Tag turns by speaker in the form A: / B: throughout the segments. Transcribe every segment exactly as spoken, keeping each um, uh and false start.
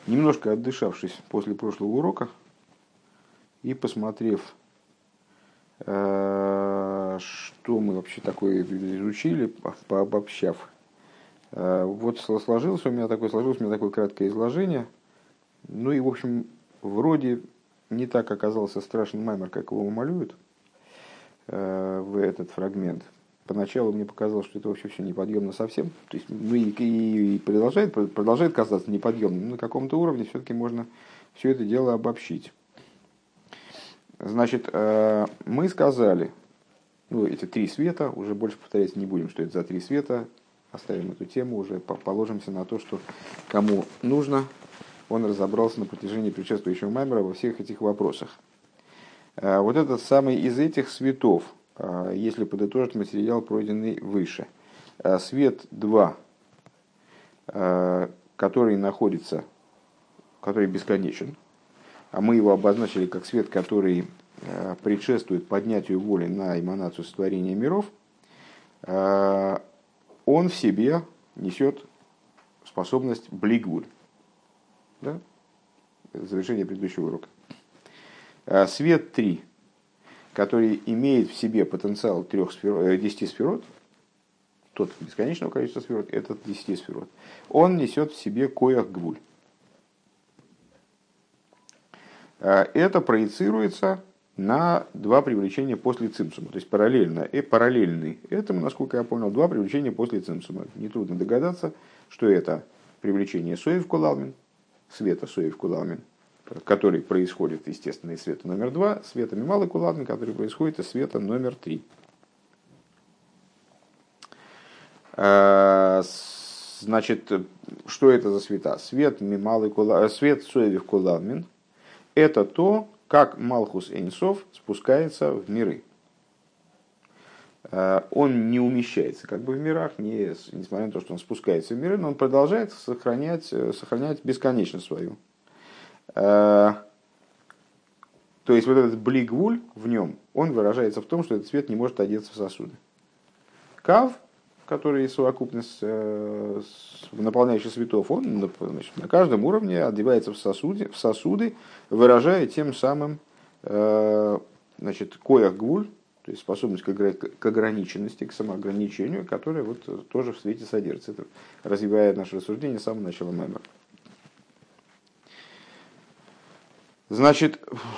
A: Немножко отдышавшись после прошлого урока и посмотрев, что мы вообще такое изучили, пообобщав, вот сложилось у меня такое, сложилось у меня такое краткое изложение. Ну и, в общем, вроде не так оказался страшен маймер, как его малюют в этот фрагмент. Поначалу мне показалось, что это вообще все неподъемно совсем. То есть, ну и, и продолжает, продолжает казаться неподъемным. Но на каком-то уровне все-таки можно все это дело обобщить. Значит, мы сказали, ну, эти три света, уже больше повторять не будем, что это за три света. Оставим эту тему, уже положимся на то, что кому нужно, он разобрался на протяжении предшествующего маймера во всех этих вопросах. Вот этот самый из этих светов, если подытожить материал, пройденный выше. Свет два, который находится, который бесконечен, а мы его обозначили как свет, который предшествует поднятию воли на эманацию сотворения миров, он в себе несет способность блигвуль. Да? Завершение предыдущего урока. Свет три, который имеет в себе потенциал трех сфер, десяти сферот, тот бесконечного количества сферот, этот десяти сферот, он несет в себе коях гвуль. Это проецируется на два привлечения после цимсума, то есть параллельно, и параллельны этому, насколько я понял, два привлечения после цимсума. Нетрудно догадаться, что это привлечение соев кулалмин, света соев кулалмин, который происходит, естественно, из света номер два, света мималы кулалмин, который происходит из света номер три. Значит, что это за света? Свет мималы кулалмин, свет соев кулалмин — это то, как Малхус Эйнсов спускается в миры. Он не умещается как бы в мирах, не, несмотря на то, что он спускается в миры, но он продолжает сохранять, сохранять бесконечность свою. То есть вот этот блигвуль в нем, он выражается в том, что этот свет не может одеться в сосуды. Кав, который совокупность наполняющий светов, он, значит, на каждом уровне одевается в сосуды, в сосуды, выражая тем самым, значит, коях гвуль, то есть способность к ограниченности, к самоограничению, которая вот тоже в свете содержится. Это развивает наше рассуждение с самого начала маймера. Значит,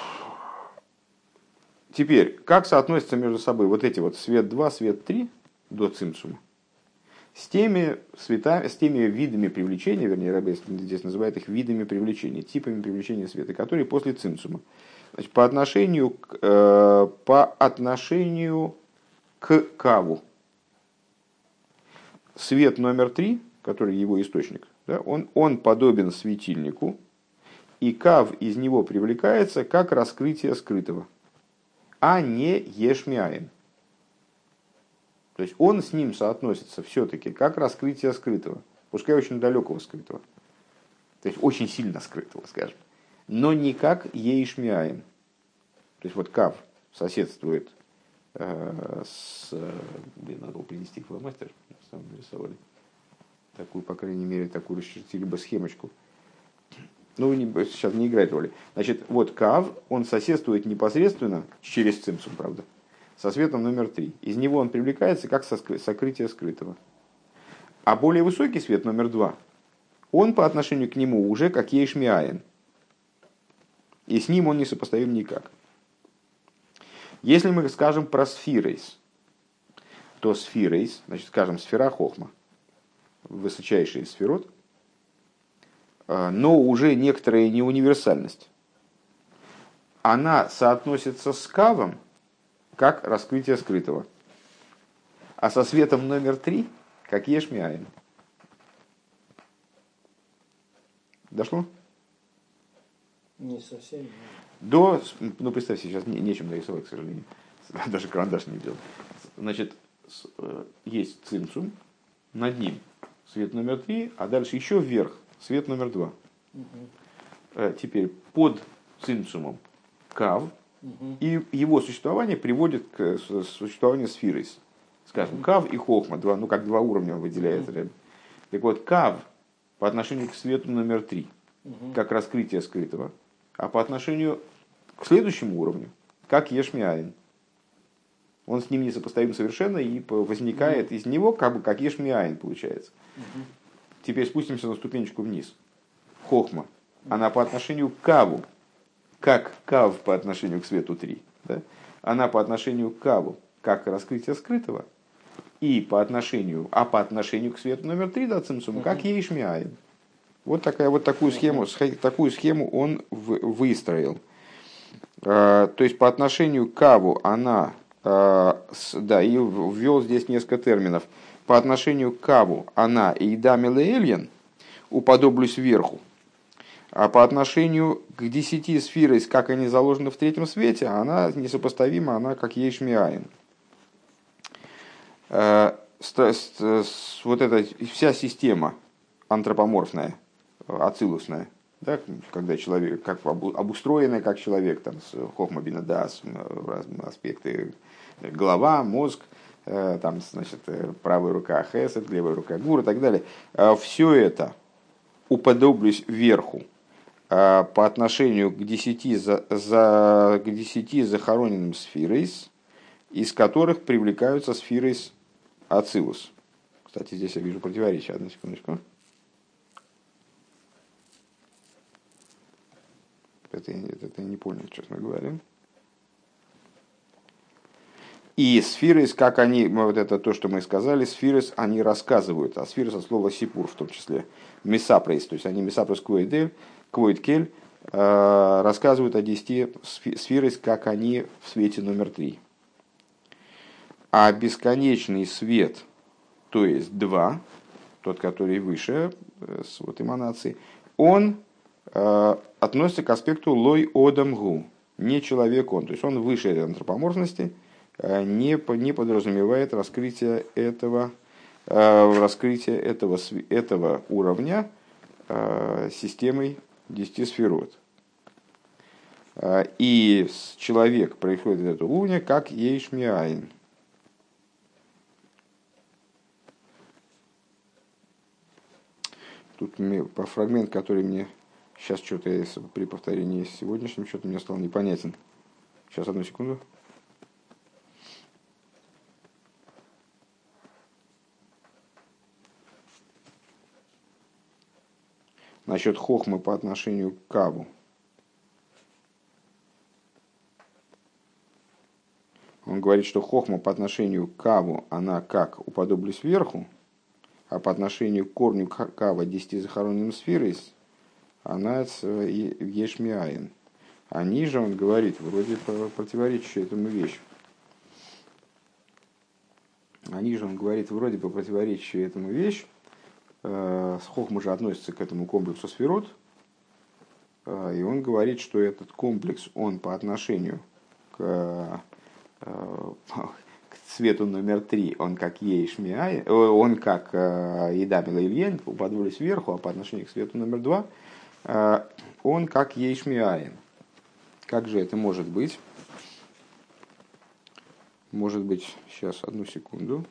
A: теперь, как соотносятся между собой вот эти вот свет два, свет три до цимсума с теми светами, с теми видами привлечения, вернее, Ребе здесь называет их видами привлечения, типами привлечения света, которые после цимсума. Значит, по отношению к, э, по отношению к каву. Свет номер три, который его источник, да, он, он подобен светильнику, и кав из него привлекается как раскрытие скрытого, а не ешмиаем. То есть он с ним соотносится все-таки как раскрытие скрытого, пускай очень далекого скрытого, то есть очень сильно скрытого, скажем, но не как ейшмиаем. То есть вот кав соседствует э, с... Блин, надо было принести фломастер, сам нарисовали. Такую, по крайней мере, такую расчертили бы схемочку. Ну, не, сейчас не играет роли. Значит, вот кав, он соседствует непосредственно, через цимсум, правда, со светом номер три. Из него он привлекается как сокрытие скрытого. А более высокий свет номер два, он по отношению к нему уже как ейшмиаен. И с ним он не сопоставим никак. Если мы скажем про сфирейс, то сфирейс, значит, скажем, сфера хохма, высочайший сферот, но уже некоторая неуниверсальность. Она соотносится с кавом как раскрытие скрытого, а со светом номер три как ешмиаин. Дошло?
B: Не совсем.
A: До, ну представь, сейчас не, нечем нарисовать, к сожалению. Даже карандаш не делал. Значит, есть цимсум, над ним свет номер три, а дальше еще вверх свет номер два. Угу. Теперь под цимсумом кав, угу. И его существование приводит к существованию сфирис. Скажем, угу. Кав и хохма, два, ну как два уровня он выделяет. Угу. Так вот, кав по отношению к свету номер три,
B: Угу.
A: как раскрытие скрытого, а по отношению к следующему уровню, как ешмиаин. Он с ним не сопоставим совершенно, и возникает из него как бы как ешмиаин получается.
B: Угу.
A: Теперь спустимся на ступенечку вниз. Хохма. Она по отношению к каву, как кав по отношению к свету три. Да? Она по отношению к каву, как раскрытие скрытого, и по отношению, а по отношению к свету номер три, да, цимсум, uh-huh. как ейшмиаин. Вот, такая, вот такую, схему, uh-huh. такую схему он в, выстроил. А, то есть по отношению к каву она, а, с, да, и ввел здесь несколько терминов. По отношению к каву она эйдами леэльен, уподоблюсь верху. А по отношению к десяти сферам, как они заложены в третьем свете, она несопоставима, она как ейшмиаин. Вот эта вся система антропоморфная, ацилусная, да, когда человек как обустроенная как человек, там, с хохма бина даас, аспекты голова, мозг, там, значит, правая рука хесед, левая рука гур и так далее, все это уподоблюсь верху по отношению к десяти, за, за, к десяти захороненным сфирейс, из которых привлекаются сфирейс ацилус. Кстати, здесь я вижу противоречие. Одну секундочку. Это я, это я не понял, честно говоря. И сфирейс, как они, вот это то, что мы сказали, сфирейс, они рассказывают, а сфирейс от слова сипур в том числе, мисапрейс, то есть они мисапрейс квоидель, квоиткель, рассказывают о десяти сфирейс, как они в свете номер три. А бесконечный свет, то есть два, тот, который выше с вот эманацией, он э, относится к аспекту лой одам гу, не человек он, то есть он выше этой антропоморфности, э, не, не подразумевает раскрытие этого, э, раскрытие этого, этого уровня э, системой десяти сферот. Э, и человек происходит из этого уровня как ейшмиаин. Тут по фрагмент, который мне сейчас что-то при повторении с сегодняшним что-то мне стал непонятен. Сейчас, одну секунду. Насчет хохмы по отношению к каву. Он говорит, что хохма по отношению к каву, она как уподоблюсь верху, а по отношению к корню кава десяти захороненным сферой, она ешмиаин. А ниже он говорит, вроде противоречащую этому вещь. А ниже он говорит, вроде бы противоречащую этому вещь. Хохма же относится к этому комплексу сферот. И он говорит, что этот комплекс, он по отношению к свету номер три, он как ейшмиаин, он как едамила ильен, уподоблюсь сверху, а по отношению к свету номер два, он как ейшмиаин. Как же это может быть? Может быть, сейчас, одну секунду.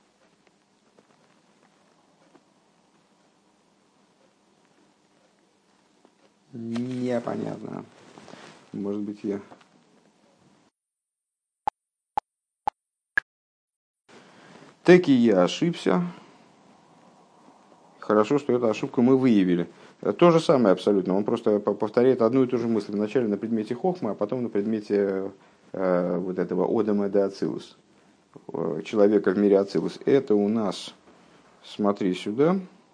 A: Непонятно. Может быть, я... Таки я ошибся. Хорошо, что эту ошибку мы выявили. То же самое абсолютно. Он просто повторяет одну и ту же мысль. Вначале на предмете хохмы, а потом на предмете э, вот этого одама де ацилус. Человека в мире ацилус. Это у нас, смотри сюда.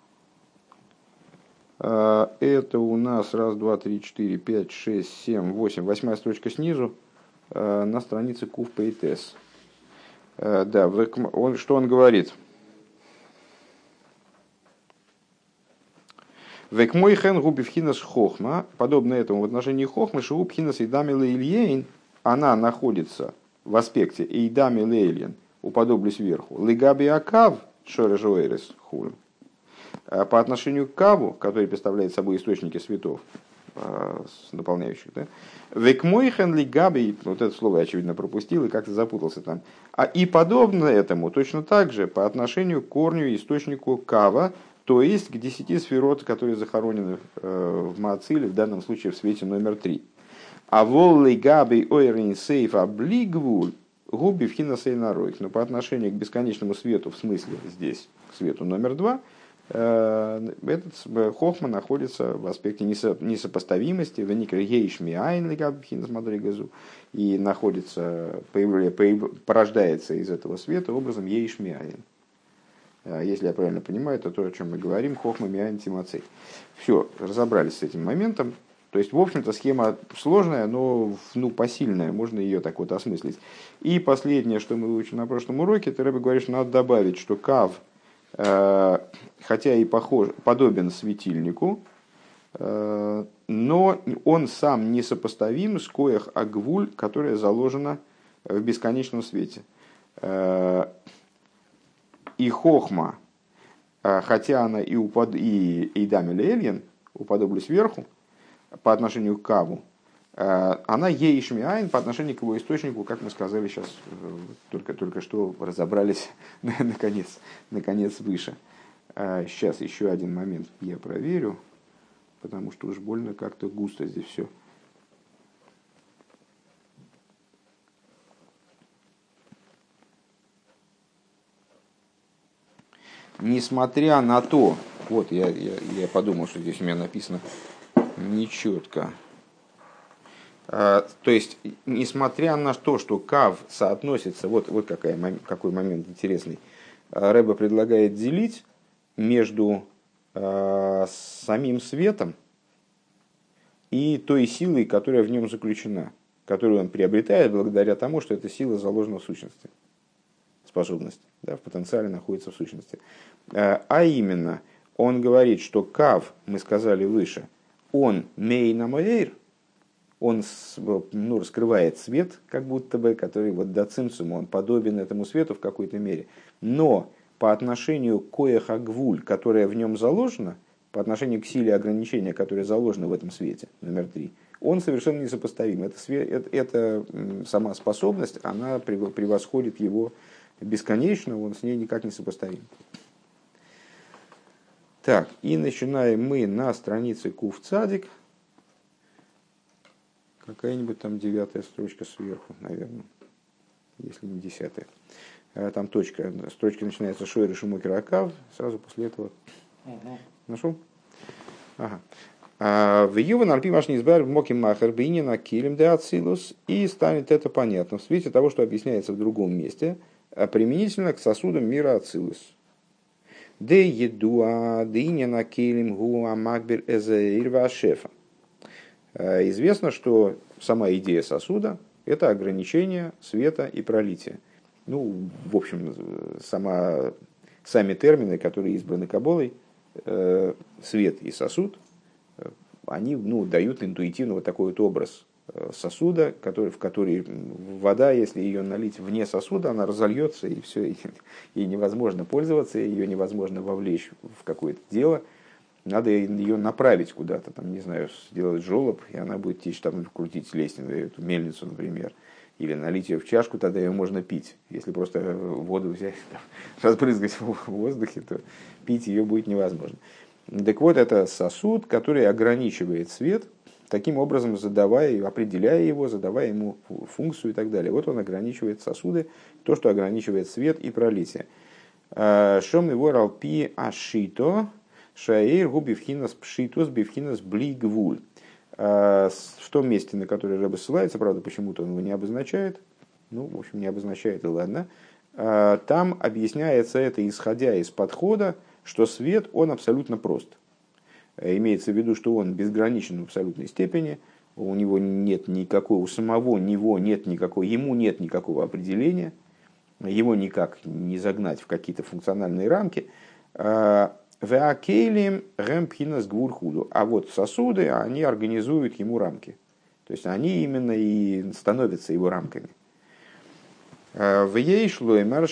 A: Это у нас раз, два, три, четыре, пять, шесть, семь, восемь. Восьмая строчка снизу на странице Кув Пейтес. Да, он, что он говорит? Век мой хен губи вхинас хохма, подобно этому в отношении хохмы, шоу пхинас идами лейльейн, она находится в аспекте идами лейльен, уподоблюсь вверху, лигаби акав шорежуэрис хуль. По отношению к каву, который представляет собой источники светов, наполняющих, да? Век мой хен лигаби, вот это слово я очевидно пропустил и как-то запутался там. А и подобно этому, точно так же, по отношению к корню источнику кава, то есть к десяти сферот, которые захоронены в Маациле, в данном случае в свете номер три. А воллей габи ойрин сейф облигвуль губи вхина сейнаройх. Но по отношению к бесконечному свету, в смысле здесь, к свету номер два, этот хохма находится в аспекте несопоставимости, и находится, порождается из этого света образом ейшмиайн. Если я правильно понимаю, это то, о чем мы говорим, хохма миайн тимацей. Все, разобрались с этим моментом. То есть, в общем-то, схема сложная, но ну, посильная, можно ее так вот осмыслить. И последнее, что мы выучили на прошлом уроке, ты, Рэбе, говоришь, надо добавить, что кав, э, хотя и похож, подобен светильнику, э, но он сам несопоставим с коях агвуль, которая заложена в бесконечном свете. Э, и хохма, э, хотя она и, упад, и Эйдам или Эльен, уподоблю сверху, по отношению к каву, она ейшмиайн по отношению к его источнику, как мы сказали сейчас, только, только что разобрались наконец, наконец выше. Сейчас еще один момент я проверю, потому что уж больно как-то густо здесь все. Несмотря на то, вот я, я, я подумал, что здесь у меня написано нечетко. А, то есть, несмотря на то, что кав соотносится, вот, вот какая, какой момент интересный, Рэбе предлагает делить между а, самим светом и той силой, которая в нем заключена, которую он приобретает благодаря тому, что эта сила заложена в сущности, способность, да, в потенциале находится в сущности. А, а именно, он говорит, что кав, мы сказали выше, он мейнамоэйр, он ну, раскрывает свет, как будто бы, который вот до цимсума, он подобен этому свету в какой-то мере. Но по отношению к коэх-агвуль, которая в нем заложена, по отношению к силе ограничения, которая заложена в этом свете, номер три, он совершенно несопоставим. Это, свет, это, это сама способность, она превосходит его бесконечно, он с ней никак не сопоставим. Так, и начинаем мы на странице Кув Цадик. Какая-нибудь там девятая строчка сверху, наверное, если не десятая. Там точка, строчка начинается Шойры Шумокер Акав, сразу после этого. Угу. Нашел? Ага. В Юван Арпи ваш неизбар в Моки Махер Бинина Килим де Ацилус, и станет это понятно в свете того, что объясняется в другом месте, применительно к сосудам мира Ацилус. Де едуа дынина келим гуа макбер эзеир вашефа. Известно, что сама идея сосуда – это ограничение света и пролития. Ну, в общем, сама, сами термины, которые избраны Каболой, э, свет и сосуд, они ну, дают интуитивно вот такой вот образ сосуда, который, в который вода, если ее налить вне сосуда, она разольется, и все, и, и невозможно пользоваться, ее невозможно вовлечь в какое-то дело. Надо ее направить куда-то, там, не знаю, сделать желоб, и она будет течь, там, крутить лестницу, эту мельницу, например. Или налить ее в чашку, тогда ее можно пить. Если просто воду взять, там, разбрызгать в воздухе, то пить ее будет невозможно. Так вот, это сосуд, который ограничивает свет, таким образом задавая, определяя его, задавая ему функцию и так далее. Вот он ограничивает сосуды, то, что ограничивает свет и пролитие. Шом его ралпи ашито, шаэйр гу бифхинас пшитус бифхинас блигвуль. В том месте, на которое Рэбе ссылается, правда, почему-то он его не обозначает, ну, в общем, не обозначает, и ладно, там объясняется это, исходя из подхода, что свет, он абсолютно прост. Имеется в виду, что он безграничен в абсолютной степени, у него нет никакого, у самого него нет никакого, ему нет никакого определения, его никак не загнать в какие-то функциональные рамки. А вот сосуды, они организуют ему рамки. То есть они именно и становятся его рамками. В ей шлоймер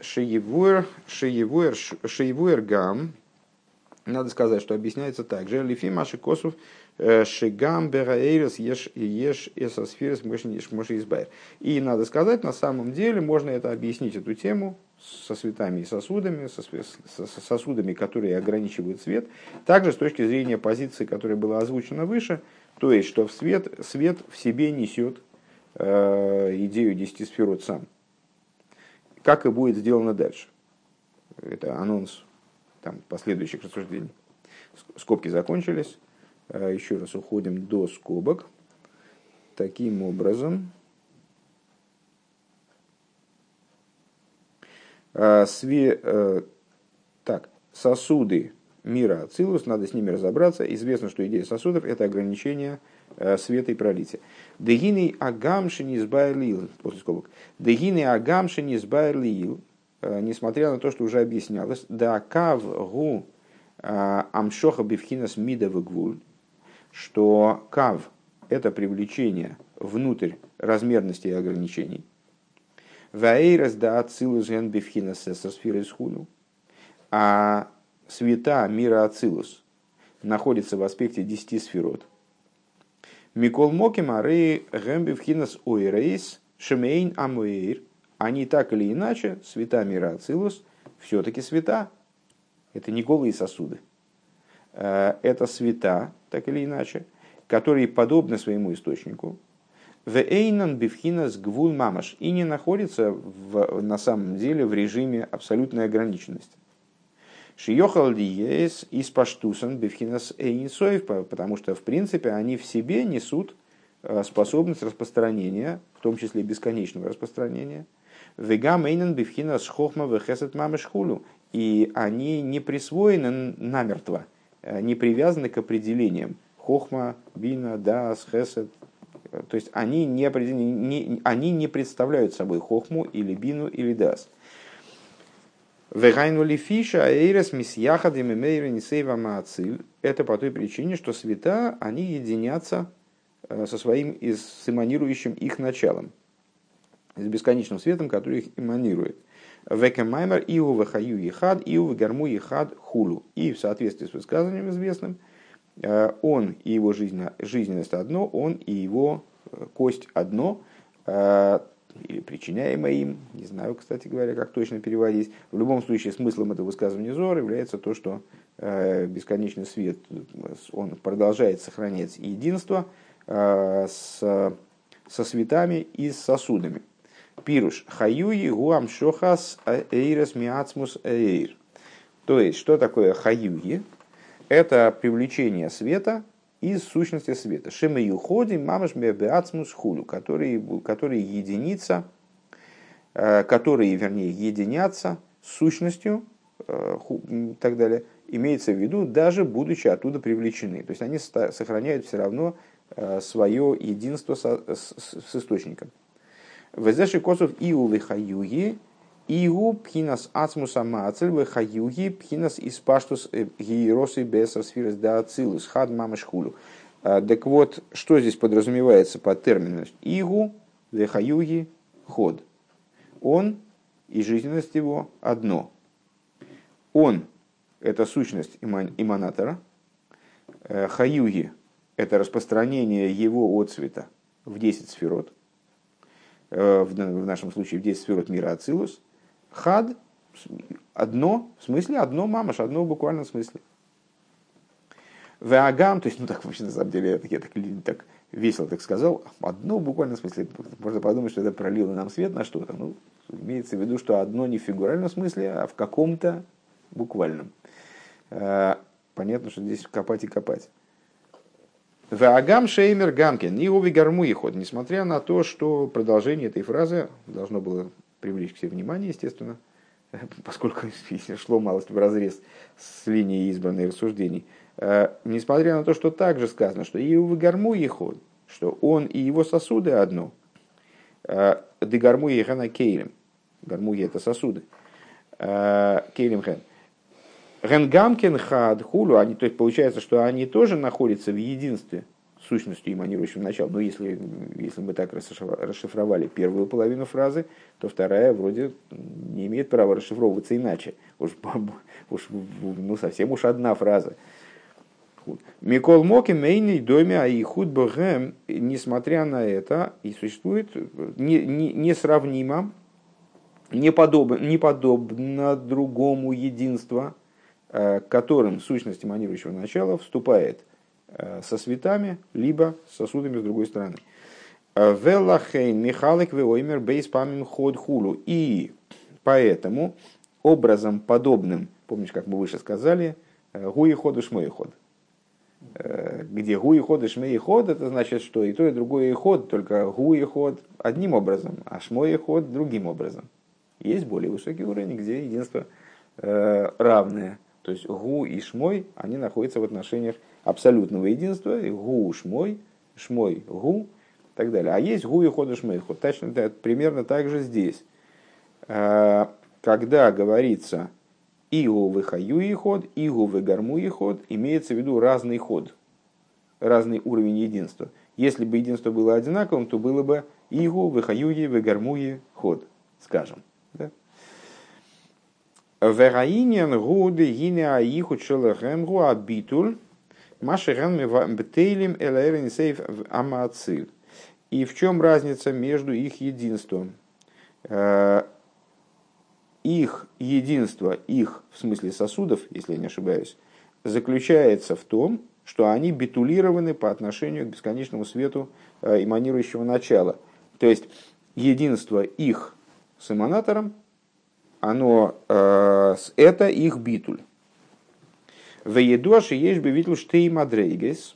A: шеевуэр гам. Надо сказать, что объясняется так же. Лифи маши косов шегам бераэрис еш еш эсосферис моши избайр. И надо сказать, на самом деле можно это объяснить эту тему со светами и сосудами, со, со сосудами, которые ограничивают свет, также с точки зрения позиции, которая была озвучена выше, то есть, что в свет, свет в себе несет э, идею десяти сферот сам. Как и будет сделано дальше. Это анонс там, последующих рассуждений. Скобки закончились. Еще раз уходим до скобок. Таким образом, све, так, сосуды мира Ацилус, надо с ними разобраться. Известно, что идея сосудов – это ограничение света и пролития. Дегины агамши избайлил, после скобок. Дегины агамши избайлил, несмотря на то, что уже объяснялось, да кав гу амшоха бифхинас мида вегвуль, что кав – это привлечение внутрь размерности и ограничений. Ваэйрас да ацилус ген бифхинас сферы схуну, а света мира Ацилус находится в аспекте десяти сферот. Микол моким ары ген бифхинас ойрейс шемейн амуэйр. Они так или иначе, света мира Ацилус, все-таки света. Это не голые сосуды. Это света, так или иначе, которые подобны своему источнику. Вэйнан бифхинас гвул мамаш. И не находятся в, на самом деле в режиме абсолютной ограниченности. Шиёхал диес из паштусан бифхинас эйнсоев, потому что в принципе они в себе несут способность распространения, в том числе бесконечного распространения. Вегам эйнан бифхинас хохма вэхэсэт мамаш хулу. И они не присвоены намертво, не привязаны к определениям. Хохма, бина, дас, хесед. То есть они не, не, они не представляют собой хохму или бину или дас. Это по той причине, что света, они единятся со своим с эманирующим их началом, с бесконечным светом, который их эманирует. Векемаймер иу вахаю ехад, иу вегарму ехад хулу. И в соответствии с высказыванием известным, он и его жизненность одно, он и его кость одно, или причиняемое им, не знаю, кстати говоря, как точно переводить. В любом случае, смыслом этого высказывания Зоара является то, что бесконечный свет, он продолжает сохранять единство с, со светами и с сосудами. Пируш хаюи гуам шохас эйрес миацмус эйр. То есть, что такое хаюи? Это привлечение света из сущности света. Шемы юходи мамаш беацмус хулю, которые, которые единятся, которые, вернее, единятся с сущностью и так далее, имеется в виду, даже будучи оттуда привлечены. То есть они сохраняют все равно свое единство с, с, с источником. Везеши косов иу вихаюги, иу пхинас ацмуса мацель вихаюги, пхинас испаштус гиеросы бесар сфирас да ацилус, хад мамаш хулю. Так вот, что здесь подразумевается под термином игу, вихаюги, ход? Он и жизненность его одно. Он – это сущность эманатора, хаюги – это распространение его отцвета в десять сферот, в нашем случае в десять сферот мира Ацилус. Хад – одно, в смысле одно, мамаш, одно в буквальном смысле. Веагам, то есть, ну так вообще на самом деле, я так, я так, так весело так сказал, одно в буквальном смысле, можно подумать, что это пролило нам свет на что-то. Ну, имеется в виду, что одно не в фигуральном смысле, а в каком-то буквальном. Понятно, что здесь копать и копать. Ваагам шеймер гамкин, и ови гарму и ход. Несмотря на то, что продолжение этой фразы должно было привлечь к себе внимание, естественно, поскольку шло малость вразрез с линией избранных рассуждений. Несмотря на то, что также сказано, что и ови гарму и ход, что он и его сосуды одно. Де гарму и хана кейлем. Гарму это сосуды. Кейлем хэн. Генгамкин хад хулу, они, то есть получается, что они тоже находятся в единстве с сущностью эманирующим началом. Но если, если мы так расшифровали первую половину фразы, то вторая вроде не имеет права расшифровываться иначе. Уж, уж, ну, совсем уж одна фраза. Микол моки мейный доме аихуд богем, несмотря на это, и существует не, не, несравнимо не подобно, не подобно другому единству, к которым сущность эманирующего начала вступает со светами, либо с сосудами с другой стороны. Велахейн Михалик Веоймер Бейс Памим Ход Хулу. И поэтому образом подобным, помнишь, как мы выше сказали, гуи ход и шмой ход. Где гуи ход и шмей ход, это значит, что и то, и другое ход, только гуи ход одним образом, а шмой ход другим образом. Есть более высокий уровень, где единство э, равное. То есть гу и шмой, они находятся в отношениях абсолютного единства. Гу шмой, шмой гу и так далее. А есть гу и ход и шмой ход. Точно, примерно так же здесь. Э, когда говорится игу выхаю и ход, игу выгарму и ход, имеется в виду разный ход, разный уровень единства. Если бы единство было одинаковым, то было бы игу выхаю и выгарму и ход, скажем. Вераинен гуды гине аиху челехемгу абитуль машерен бетейлем элаэрен сейф амациль. И в чем разница между их единством? Их единство, их, в смысле сосудов, если я не ошибаюсь, заключается в том, что они битулированы по отношению к бесконечному свету эманирующего начала. То есть единство их с эманатором, оно, э, это их битуль. Веедуаши есть бы битуль штей мадрейгес.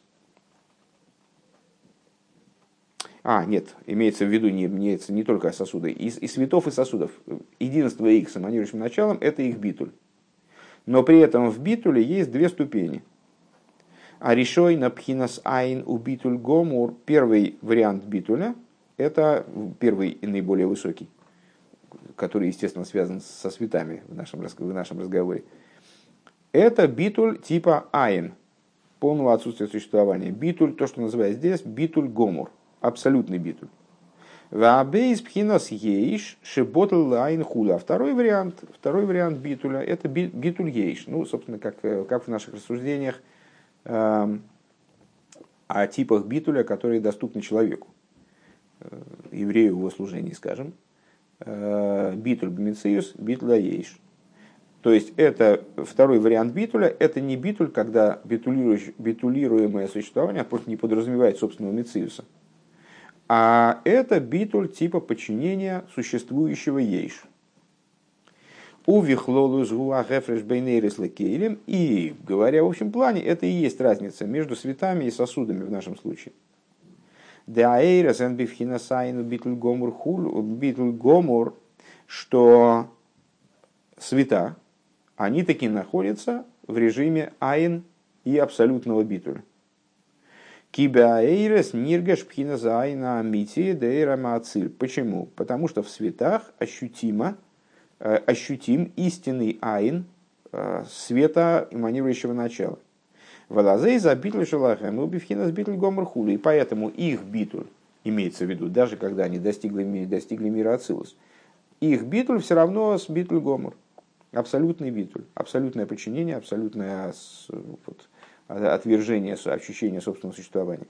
A: А, нет, имеется в виду не, не, не только сосуды, и, и светов, и сосудов. Единство их с эманирующим началом – это их битуль. Но при этом в битуле есть две ступени. А решой на пхинас айн у битуль гомур. Первый вариант битуля – это первый и наиболее высокий, который, естественно, связан со светами в нашем, в нашем разговоре. Это битуль типа айн, полного отсутствия существования. Битуль, то, что называют здесь, битуль гомур, абсолютный битуль. Ваабейс пхинас ейш шеботл айн хула. Второй вариант, второй вариант битуля – это битуль ейш. Ну, собственно, как, как в наших рассуждениях э, о типах битуля, которые доступны человеку, э, еврею в его служении, скажем. Битуль бмициус, битуль ейш. То есть это второй вариант битуля, это не битуль, когда битулируемое существование просто не подразумевает собственного мициуса, а это битуль типа подчинения существующего ейш. Увихлолус гуахефреш бейнерис лекейлем. И, говоря в общем плане, это и есть разница между светами и сосудами в нашем случае. Что света, они таки находятся в режиме айн и абсолютного битуля. Почему? Потому что в светах ощутимо, ощутим истинный айн света эманирующего начала. И поэтому их битуль, имеется в виду, даже когда они достигли, достигли мира Ацилус, их битуль все равно с битуль гомор. Абсолютный битуль, абсолютное подчинение, абсолютное вот, отвержение, ощущение собственного существования.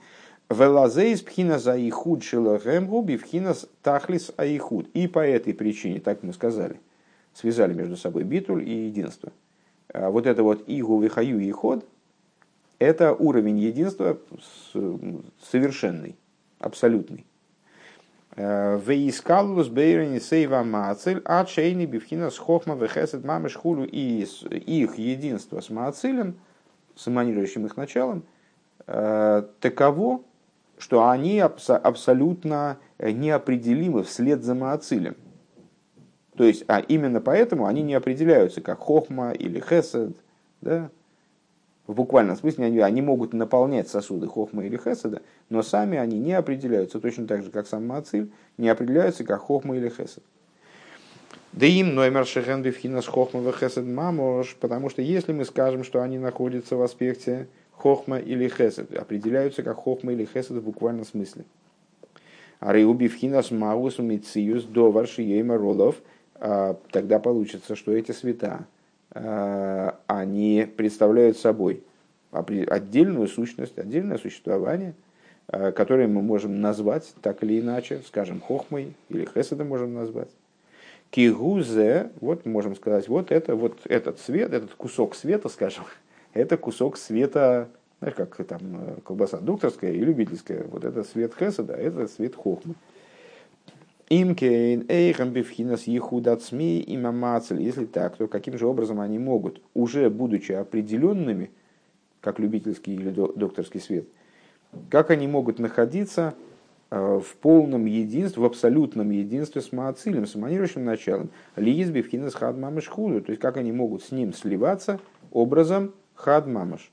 A: И по этой причине, так мы сказали, связали между собой битуль и единство. Вот это вот игу вихаю и ход, это уровень единства совершенный, абсолютный. Веискалус бейрени сейва маациль ачейни бифхинас хохма вехесед мамеш хулу. И их единство с маацилем, с эманирующим их началом, таково, что они абсолютно неопределимы вслед за маацилем. То есть, а именно поэтому они не определяются как хохма или хесед, да? В буквальном смысле они, они могут наполнять сосуды хохма или хеседа, но сами они не определяются, точно так же, как сам маациль, не определяются как хохма или хесед. Да им ноймер шехен бифхинас хохма ве хесед мамош, потому что если мы скажем, что они находятся в аспекте хохма или хесед, определяются как хохма или хесед в буквальном смысле. А реу бифхинас маус мициус довар шиейма ролов, тогда получится, что эти света, они представляют собой отдельную сущность, отдельное существование, которое мы можем назвать так или иначе, скажем, хохмой или хеседом можем назвать. Кигузе, вот можем сказать, вот это вот этот свет, этот кусок света, скажем, это кусок света, знаешь, как там колбаса докторская и любительская, вот это свет хеседа, это свет хохмы. Имкейн эйхам бифхинас ехудацми и мамацель. Если так, то каким же образом они могут, уже будучи определенными, как любительский или докторский свет, как они могут находиться в полном единстве, в абсолютном единстве с маацилем, с эманирующим началом, лиизби бифхинас хад мамаш худу, то есть как они могут с ним сливаться образом хад мамаш.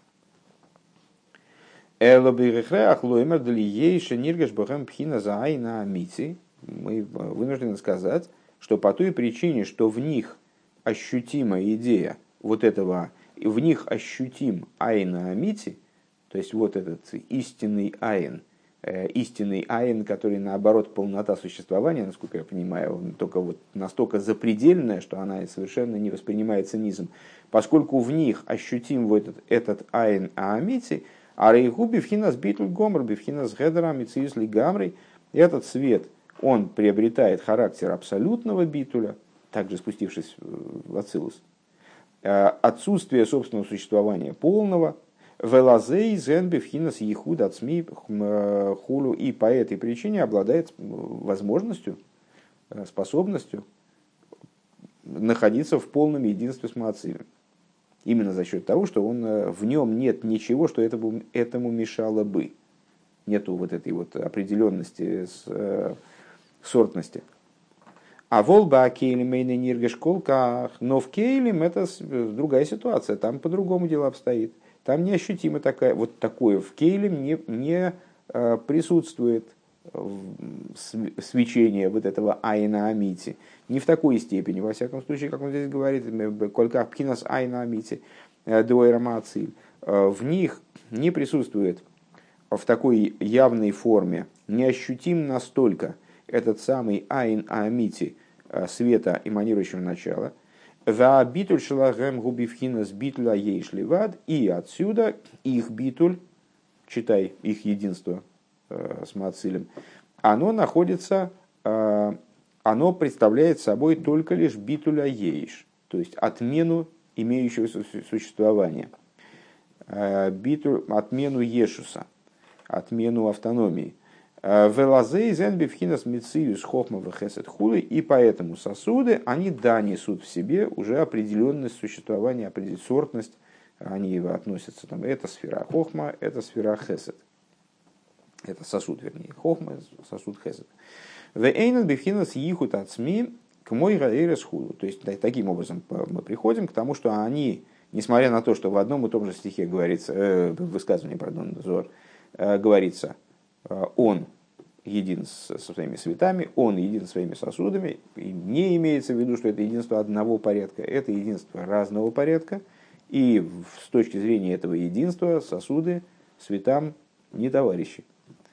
A: Элобирихреах лоймер далиейша ниргаш бахам пхина заайна амити. Мы вынуждены сказать, что по той причине, что в них ощутима идея вот этого, в них ощутим айна амити, то есть вот этот истинный айн, э, истинный айн, который наоборот полнота существования, насколько я понимаю, он только вот настолько запредельная, что она совершенно не воспринимается низом, поскольку в них ощутим вот этот, этот айн амити, а рейгу бифхинас битль гомр бифхинас гедра амициюс ли гамрей, этот свет, он приобретает характер абсолютного битуля, также спустившись в Ацилус, отсутствие собственного существования полного, велазей зенби вхинас ехуд ацми хулу, и по этой причине обладает возможностью, способностью находиться в полном единстве с Маацилем. Именно за счет того, что он, в нем нет ничего, что этому, этому мешало бы. Нету вот этой вот определенности, с, сортности. А волба кейлим и ниргеш колках, но в кейлим это другая ситуация, там по-другому дело обстоит. Там неощутимо такая, вот такое в кейлим не, не присутствует свечение вот этого айна амити. Не в такой степени, во всяком случае, как он здесь говорит, колках пхинас айна амити, дуэра маациль. В них не присутствует в такой явной форме, неощутим настолько этот самый айн амити, света эманирующего начала, ва битуль шелагем губивхина с битуля ейшливад, и отсюда их битуль, читай их единство э, с Маацилем, оно находится, э, оно представляет собой только лишь битуля ейш, то есть отмену имеющегося существования, э, битуль, отмену ешуса, отмену автономии. Велазей зенбифхинас мициюс хохма вехесет хулы, и поэтому сосуды, они да несут в себе уже определенность существования, определенность, сортность, они относятся, там, это сфера хохма, это сфера хесет. Это сосуд, вернее, хохма, сосуд хесет. Вейнен бифхинас ихут ацми к мой гаэрес хулу. То есть, таким образом мы приходим к тому, что они, несмотря на то, что в одном и том же стихе говорится, э, в высказывании, пардон, Зор, э, говорится, он един со своими светами, он един своими сосудами, и не имеется в виду, что это единство одного порядка, это единство разного порядка, и с точки зрения этого единства сосуды светам не товарищи.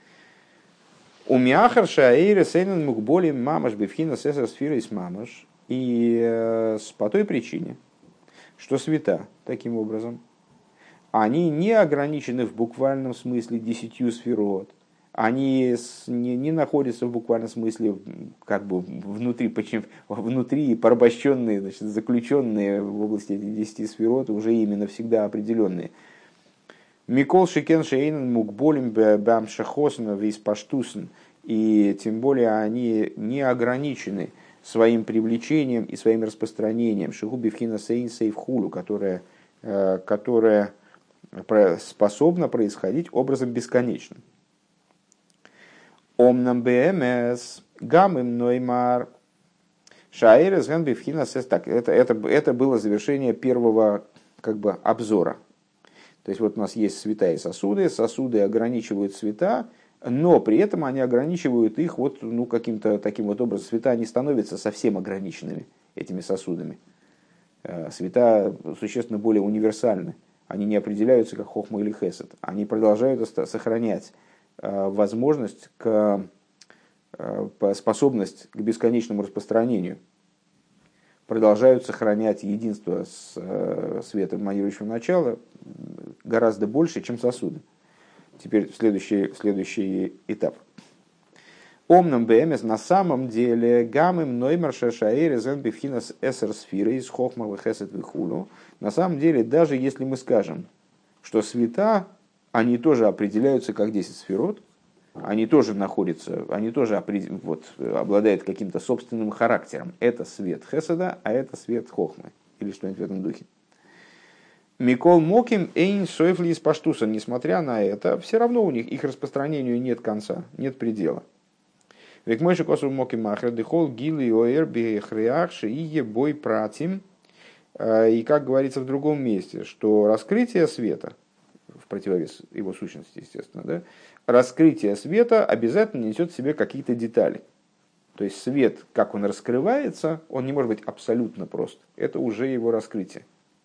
A: Умяхар шаэйре сейнен мукболи мамаш бифхина сесар сфирис мамаш, и по той причине, что света таким образом, они не ограничены в буквальном смысле десятью сферот, они не, не находятся в буквальном смысле как бы внутри, внутри порабощенные, значит, заключенные в области этих десяти сферот, уже именно всегда определенные. Микол шикен шейнен мукболим бам шахосна вис паштусен, и тем более они не ограничены своим привлечением и своим распространением шигуби вхина сейн сейв хулу, которая, которая способна происходить образом бесконечным. Омнам БМС, гамым ноймар, шаэрес гамбифхина сес. Так, это, это, это было завершение первого как бы обзора. То есть вот у нас есть света и сосуды, сосуды ограничивают света, но при этом они ограничивают их вот, ну, каким-то таким вот образом. Света не становятся совсем ограниченными этими сосудами. Света существенно более универсальны. Они не определяются как хохма или хесед. Они продолжают сохранять возможность, к, способность к бесконечному распространению, продолжают сохранять единство с светом эманирующего начала гораздо больше, чем сосуды. Теперь следующий, следующий этап. Омном БМС на самом деле гамым ноймар шашаэри зенбифхинас эсэр сфиры из хохмалы хесет вихулу. На самом деле, даже если мы скажем, что света, они тоже определяются как десять сферот, они тоже находятся, они тоже вот, обладают каким-то собственным характером. Это свет хеседа, а это свет хохмы. Или что-нибудь в этом духе. Микол Моким эйн сойфли из паштуса. Несмотря на это, все равно у них их распространению нет конца, нет предела. Век мойши косу Моким махра дехол гилы оэр бихреахши и ебой пратим. И как говорится в другом месте, что раскрытие света, в противовес его сущности, естественно, да, раскрытие света обязательно несет в себе какие-то детали. То есть свет, как он раскрывается, он не может быть абсолютно прост. Это уже его раскрытие.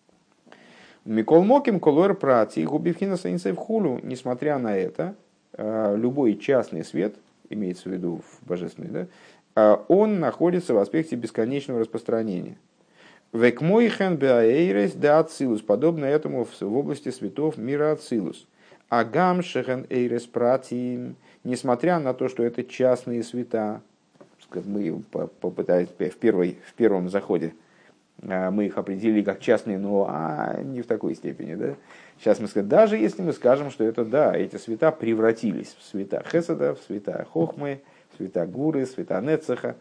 A: Микол Моким колор прати губивхина сейнсейв хулу. Несмотря на это, любой частный свет, имеется в виду в божественный, да, он находится в аспекте бесконечного распространения. Векмойхен беаэйрес да ацилус, подобно этому в области светов мира ацилус. Агам шехен эйрес пратим, несмотря на то, что это частные света, мы попытались в, первой, в первом заходе, мы их определили как частные, но а, не в такой степени. Да? Сейчас мы скажем, даже если мы скажем, что это да, эти света превратились в света хеседа, в света хохмы, в света гуры, в света нецеха,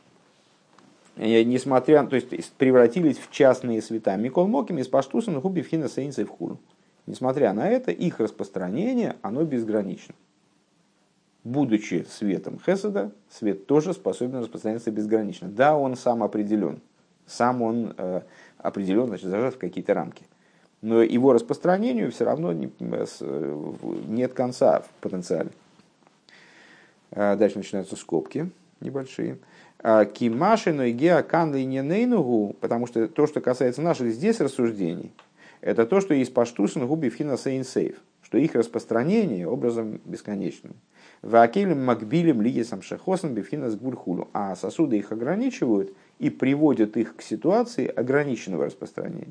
A: несмотря, то есть превратились в частные света. Микол Моким из паштусом губи вхина сейнсей в хулу. Несмотря на это, их распространение, оно безгранично. Будучи светом хеседа, свет тоже способен распространяться безгранично. Да, он сам определен. Сам он э, определен, значит, зажат в какие-то рамки. Но его распространению все равно не, э, нет конца в потенциале. Э, дальше начинаются скобки небольшие. Кимаши, но и геаканды и ненейнугу, потому что то, что касается наших здесь рассуждений, это то, что есть паштусен губи фина сейнсейв, что их распространение образом бесконечным. Ваакелем макбилем лигисам шехосом бифхина сгурхулу, а сосуды их ограничивают и приводят их к ситуации ограниченного распространения.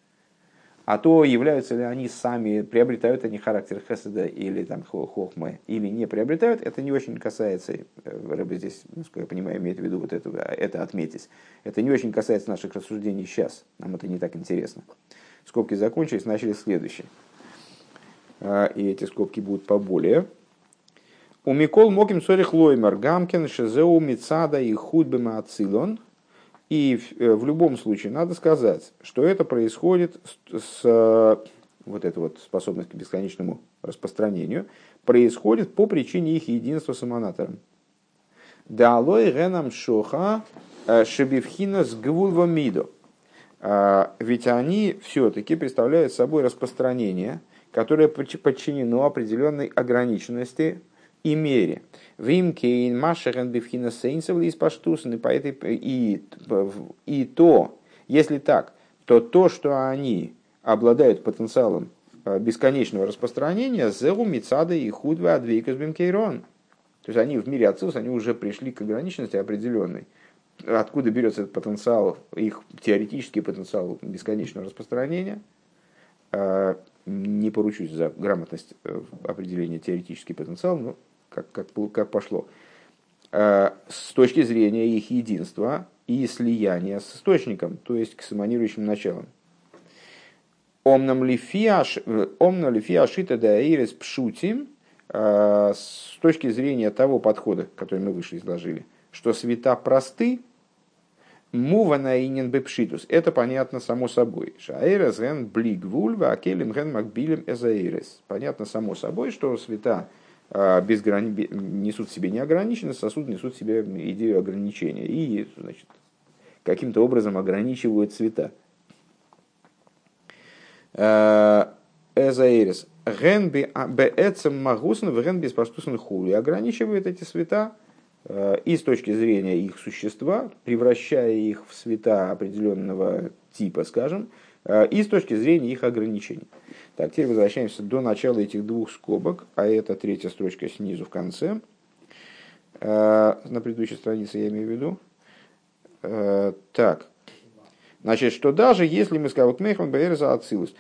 A: А то, являются ли они сами, приобретают они характер хеседа или там, хохмы, или не приобретают, это не очень касается, Рэбе здесь, насколько я понимаю, имеет в виду вот это, это отметить. Это не очень касается наших рассуждений сейчас, нам это не так интересно. Скобки закончились, начали следующие. И эти скобки будут поболее. У Микол Моким Сорих Лоймар Гамкин Шезеу Мицада и Худбема Ацилон. И в любом случае надо сказать, что это происходит с, с вот эта вот способность к бесконечному распространению, происходит по причине их единства с эманатором. Даалой генам шоха шебивхина с гвульвамидо. Ведь они все-таки представляют собой распространение, которое подчинено определенной ограниченности и мере. Вимкейн машерен бифхина сейнсов из паштусан, и по этой и, и то, если так, то то, что они обладают потенциалом бесконечного распространения, зеру мицада и худва адвейкас бимкейрон. То есть они в мире ацилус, они уже пришли к ограниченности определенной. Откуда берется этот потенциал, их теоретический потенциал бесконечного распространения? Не поручусь за грамотность определения теоретический потенциал, но как, как, как пошло. С точки зрения их единства и слияния с источником, то есть к самонирующим началам. Омнам лифиашита даирес пшутим, с точки зрения того подхода, который мы выше изложили, что света просты, мувана инен бепшитус, это понятно само собой. Шаэрес ген блигвульва акелем ген макбилем эзаэрес. Понятно само собой, что света безграни... несут в себе неограниченность, сосуды несут в себе идею ограничения и, значит, каким-то образом ограничивают цвета. Эзаэрес ген беэцем магусен в ген беспаштусен хули, ограничивает эти цвета и с точки зрения их существа, превращая их в света определенного типа, скажем, и с точки зрения их ограничений. Так, теперь возвращаемся до начала этих двух скобок, а это третья строчка снизу в конце, на предыдущей странице я имею в виду. Так, значит, что даже если мы скажем, вот Мейхан Баэрза Ацилус,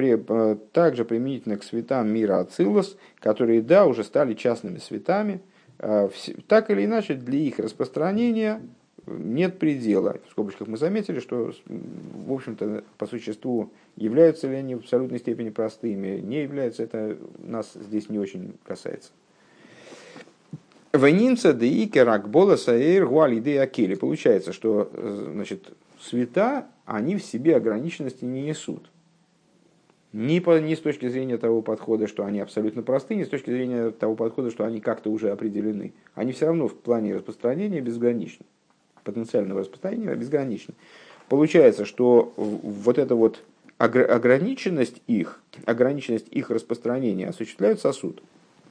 A: также применительно к светам мира Ацилус, которые, да, уже стали частными светами, Так или иначе, для их распространения нет предела. В скобочках мы заметили, что, в общем-то, по существу, являются ли они в абсолютной степени простыми, не являются, это нас здесь не очень касается. Войнинца де икерак болоса эйр гуалиды акели. Получается, что, значит, света, они в себе ограниченности не несут. Ни, по, ни с точки зрения того подхода, что они абсолютно просты, ни с точки зрения того подхода, что они как-то уже определены. Они все равно в плане распространения безграничны. Потенциального распространения безграничны. Получается, что вот эта вот ограниченность их, ограниченность их распространения осуществляет сосуд.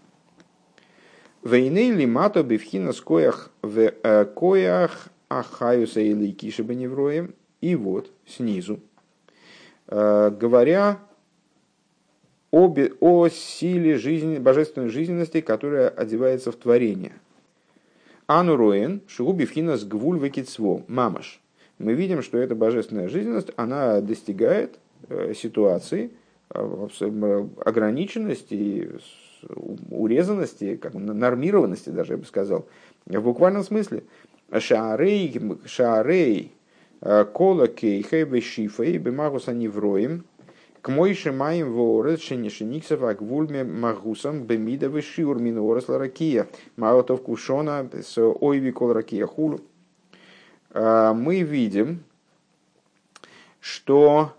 A: Вейней лимато бифхина скоях в коях ахаюса или кишебаневроем. И вот снизу, говоря о, о силе жизни, божественной жизненности, которая одевается в творение. Ануроен шигубивхина с гвуль векицво мамаш. Мы видим, что эта божественная жизненность, она достигает ситуации ограниченности, урезанности, как, нормированности даже, я бы сказал, в буквальном смысле. Шаарей, шаарей, кола кейхей, вешифей, бемагуса невроем, к мойше маем воорет, шенишениксов, аквульме магусам, бемида вешиур минорос ларакия, маотов кушона, с ойви кол ракия хулу. Мы видим, что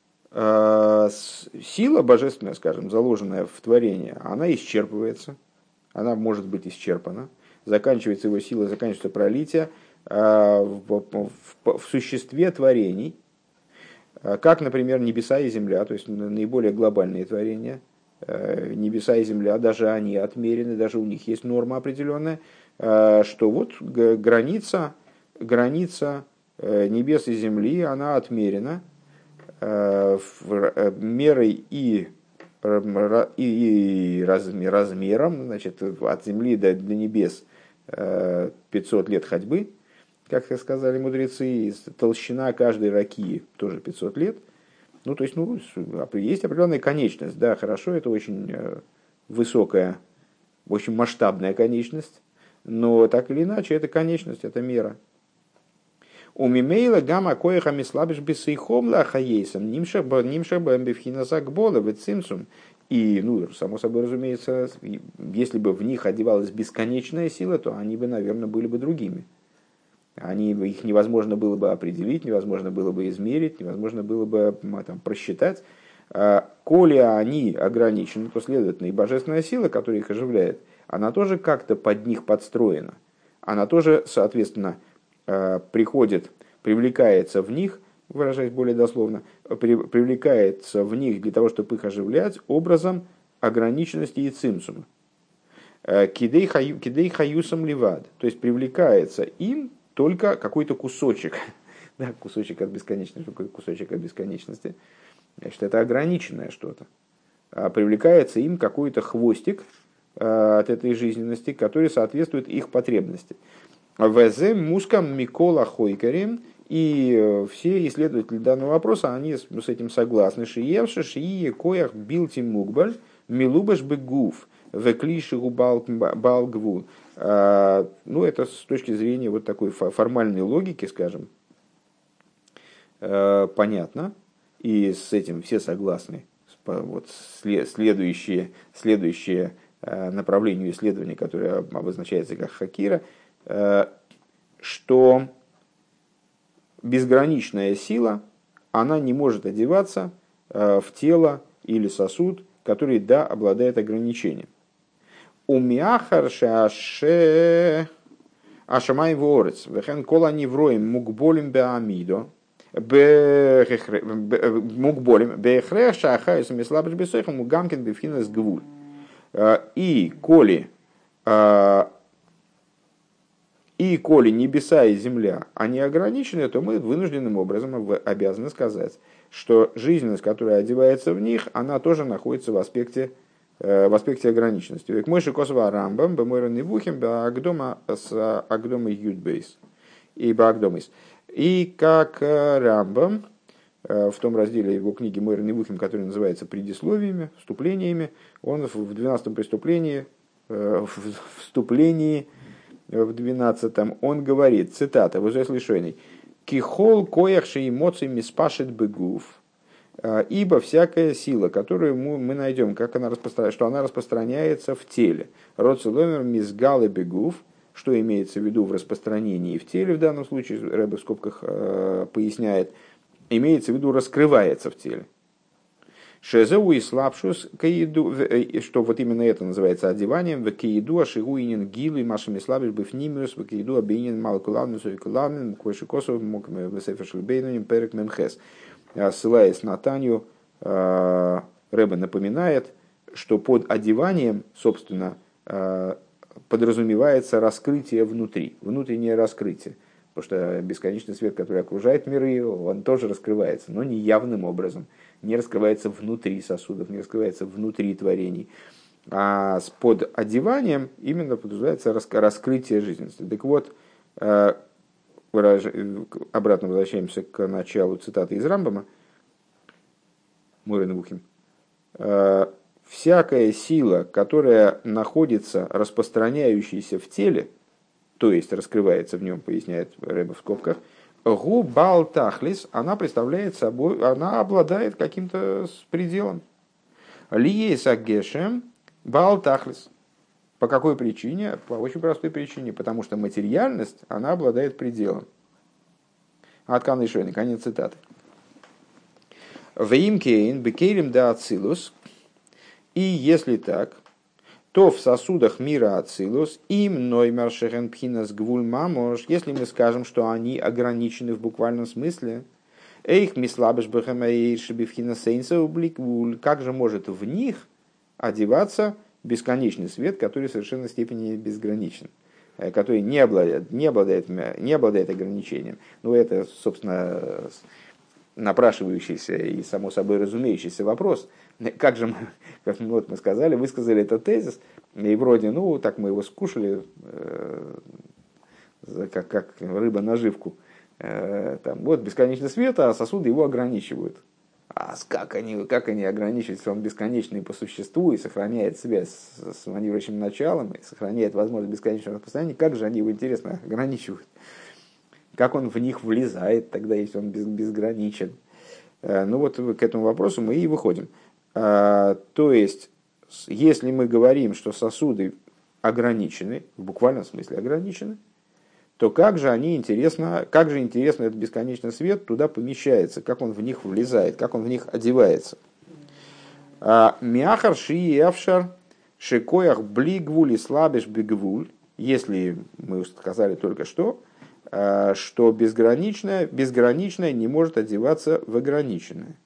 A: сила божественная, скажем, заложенная в творении, она исчерпывается, она может быть исчерпана, заканчивается его сила, заканчивается пролитие в, в, в существе творений, как, например, небеса и земля, то есть наиболее глобальные творения, небеса и земля, даже они отмерены, даже у них есть норма определенная, что вот граница, граница небес и земли, она отмерена мерой и, и размером, значит, от земли до, до небес пятьсот лет ходьбы, как сказали мудрецы, и толщина каждой ракии тоже пятьсот лет. Ну, то есть, ну, есть определенная конечность, да, хорошо, это очень высокая, очень масштабная конечность, но так или иначе, это конечность, это мера. У мимейла гамма коехами слабиш бисейхом лахаейсом нимшах бэмбифхина закбола вецимсум. И, ну, само собой разумеется, если бы в них одевалась бесконечная сила, то они бы, наверное, были бы другими. Они, их невозможно было бы определить, невозможно было бы измерить, невозможно было бы там, просчитать. А, коли они ограничены, то, следовательно, и божественная сила, которая их оживляет, она тоже как-то под них подстроена. Она тоже, соответственно, приходит, привлекается в них, выражаясь более дословно, при, привлекается в них для того, чтобы их оживлять образом ограниченности и цимсума. Кидей хаюсам ливад, то есть привлекается им только какой-то кусочек, да, кусочек от бесконечности, кусочек от бесконечности, значит, это ограниченное что-то. А привлекается им какой-то хвостик от этой жизненности, который соответствует их потребности. Везе мускам микола хойкарем, и все исследователи данного вопроса, они с этим согласны. Шиевши шии коях билти мукбаль милубаш бегуф веклиши балгвул. Ну, это с точки зрения вот такой формальной логики, скажем, понятно, и с этим все согласны. Вот следующее, следующее направление исследования, которое обозначается как хакира, что безграничная сила, она не может одеваться в тело или сосуд, который, да, обладает ограничением. Умиахар шаше ашамай ворец, вехен кола невроем мукболим беамидо, мукболим бехрех шахайс мислабш бесойхам мугамкин бифхинас гвуль. И коли И коли небеса и земля, они ограничены, то мы вынужденным образом обязаны сказать, что жизненность, которая одевается в них, она тоже находится в аспекте, в аспекте ограниченности. Век мойши косва рамбам, бэмойра невухим, бэагдома с агдомой юдбейс. И бэагдомис. И как Рамбам, в том разделе его книги Мойра невухим, который называется предисловиями, вступлениями, он в двенадцатом преступлении в вступлении в двенадцатом, он говорит, цитата, возлишойный, «Кихол кояхши эмоций миспашет бегув», ибо всякая сила, которую мы, мы найдем, как она распространяется, что она распространяется в теле. Роцеломер мизгалы бегув, что имеется в виду в распространении в теле, в данном случае, Рэбе в скобках э, поясняет, имеется в виду раскрывается в теле. Шезеу и слабшус каиду, что вот именно это называется одеванием, в каиду ашигуинин гилу и машами слабиш бифнимиус, в каиду обинин малкулавнус и кулавнин, кошикосов мог весефершельбейнуним перек мемхес. Ссылаясь на Таню, Рэбе напоминает, что под одеванием, собственно, подразумевается раскрытие внутри, внутреннее раскрытие. Потому что бесконечный свет, который окружает миры, он тоже раскрывается, но не явным образом. Не раскрывается внутри сосудов, не раскрывается внутри творений. А под одеванием именно подразумевается раскрытие жизненности. Так вот, обратно возвращаемся к началу цитаты из Рамбама. Морен Вухим. Всякая сила, которая находится, распространяющаяся в теле, то есть раскрывается в нем, поясняет Рэбе в скобках, гу бал тахлис, она представляет собой, она обладает каким-то пределом. Лиеса гешем бал тахлис. По какой причине? По очень простой причине, потому что материальность, она обладает пределом. Аткан и Шойн, конец цитаты. Веймкейн бекейлем да ацилус. И если так, то в сосудах мира ацилус им ноймар шехен пхинас гвуль мамош, если мы скажем, что они ограничены в буквальном смысле, эйх мислабеш бхэмэйши бифхинас сейнса убликвуль, как же может в них одеваться бесконечный свет, который в совершенной степени безграничен, который не обладает, не обладает, не обладает ограничением. Ну, это, собственно, напрашивающийся и само собой разумеющийся вопрос. Как же мы, как вот мы сказали, высказали этот тезис, и вроде, ну, так мы его скушали, э, как, как рыба наживку. Э, там, вот бесконечный свет, а сосуды его ограничивают. А как они, как они ограничивают, если он бесконечный по существу и сохраняет связь с, с манирующим началом, и сохраняет возможность бесконечного распространения, как же они его, интересно, ограничивают? Как он в них влезает тогда, если он безграничен? Ну вот к этому вопросу мы и выходим. То есть, если мы говорим, что сосуды ограничены, в буквальном смысле ограничены, то как же они интересно, как же интересно этот бесконечный свет туда помещается, как он в них влезает, как он в них одевается. Мяхар ши явшар шикоях блигвуль и слабеш бигвуль, если мы сказали только что, что безграничное, безграничное не может одеваться в ограниченное.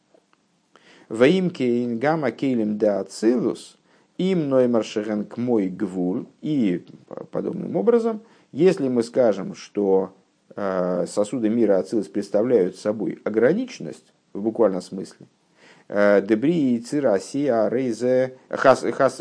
A: Ваимке ингама кейлем да ацилус им ноймаршеген к мой гвуль. И подобным образом, если мы скажем, что сосуды мира ацилус представляют собой ограниченность в буквальном смысле, дебри и цирасия рейзе хас хас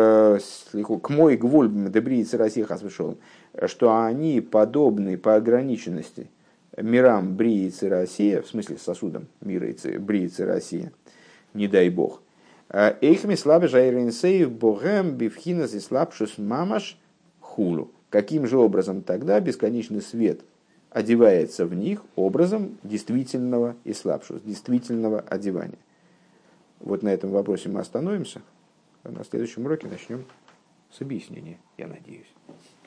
A: к мой гвуль дебри и цирасия хас вышел, что они подобны по ограниченности мирам Брии и Цирасия, в смысле сосудам мира и Брии и Цирасия, не дай бог. Эйхми слабе жайренсеев богем бифхинас и слабшус мамаш хулу. Каким же образом тогда бесконечный свет одевается в них образом действительного и слабшус, действительного одевания? Вот на этом вопросе мы остановимся. А на следующем уроке начнем с объяснения, я надеюсь.